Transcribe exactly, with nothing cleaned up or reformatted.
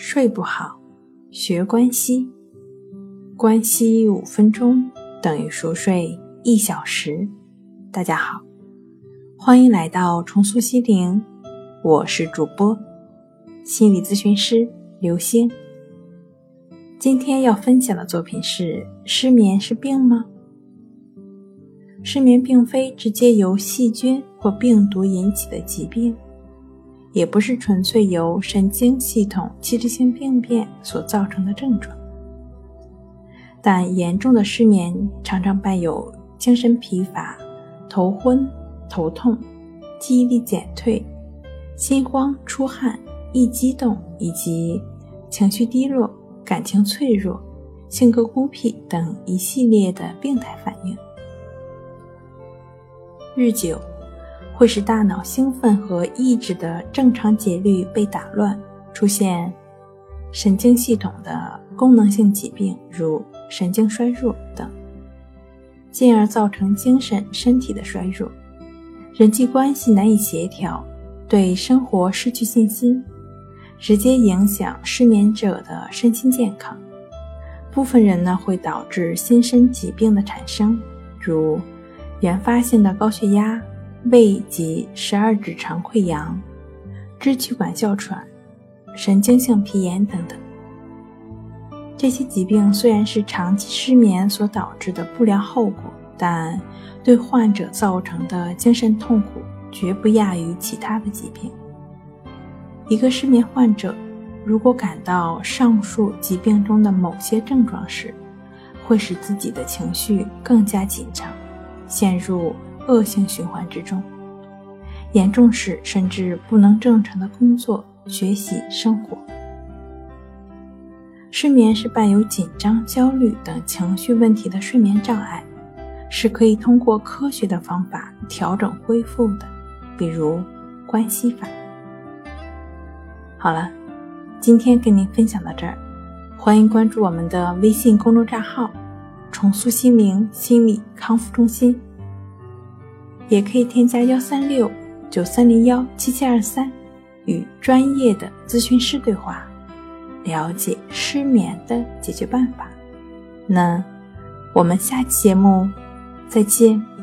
睡不好，学关息。关息五分钟等于熟睡一小时。大家好，欢迎来到重塑心灵，我是主播心理咨询师刘星。今天要分享的作品是：失眠是病吗？失眠并非直接由细菌或病毒引起的疾病，也不是纯粹由神经系统器质性病变所造成的症状。但严重的失眠常常伴有精神疲乏、头昏、头痛、记忆力减退、心慌、出汗、易激动以及情绪低落、感情脆弱、性格孤僻等一系列的病态反应。日久会使大脑兴奋和抑制的正常节律被打乱，出现神经系统的功能性疾病，如神经衰弱等，进而造成精神身体的衰弱，人际关系难以协调，对生活失去信心，直接影响失眠者的身心健康。部分人呢会导致心身疾病的产生，如原发性的高血压、胃及十二指肠溃疡、支气管哮喘、神经性皮炎等等。这些疾病虽然是长期失眠所导致的不良后果，但对患者造成的精神痛苦绝不亚于其他的疾病。一个失眠患者如果感到上述疾病中的某些症状时，会使自己的情绪更加紧张，陷入恶性循环之中，严重时甚至不能正常的工作、学习、生活。失眠是伴有紧张、焦虑等情绪问题的睡眠障碍，是可以通过科学的方法调整恢复的，比如关系法。好了，今天跟您分享到这儿，欢迎关注我们的微信公众账号重塑心灵心理康复中心，也可以添加一三六九三零一七七二三与专业的咨询师对话，了解失眠的解决办法。那我们下期节目再见。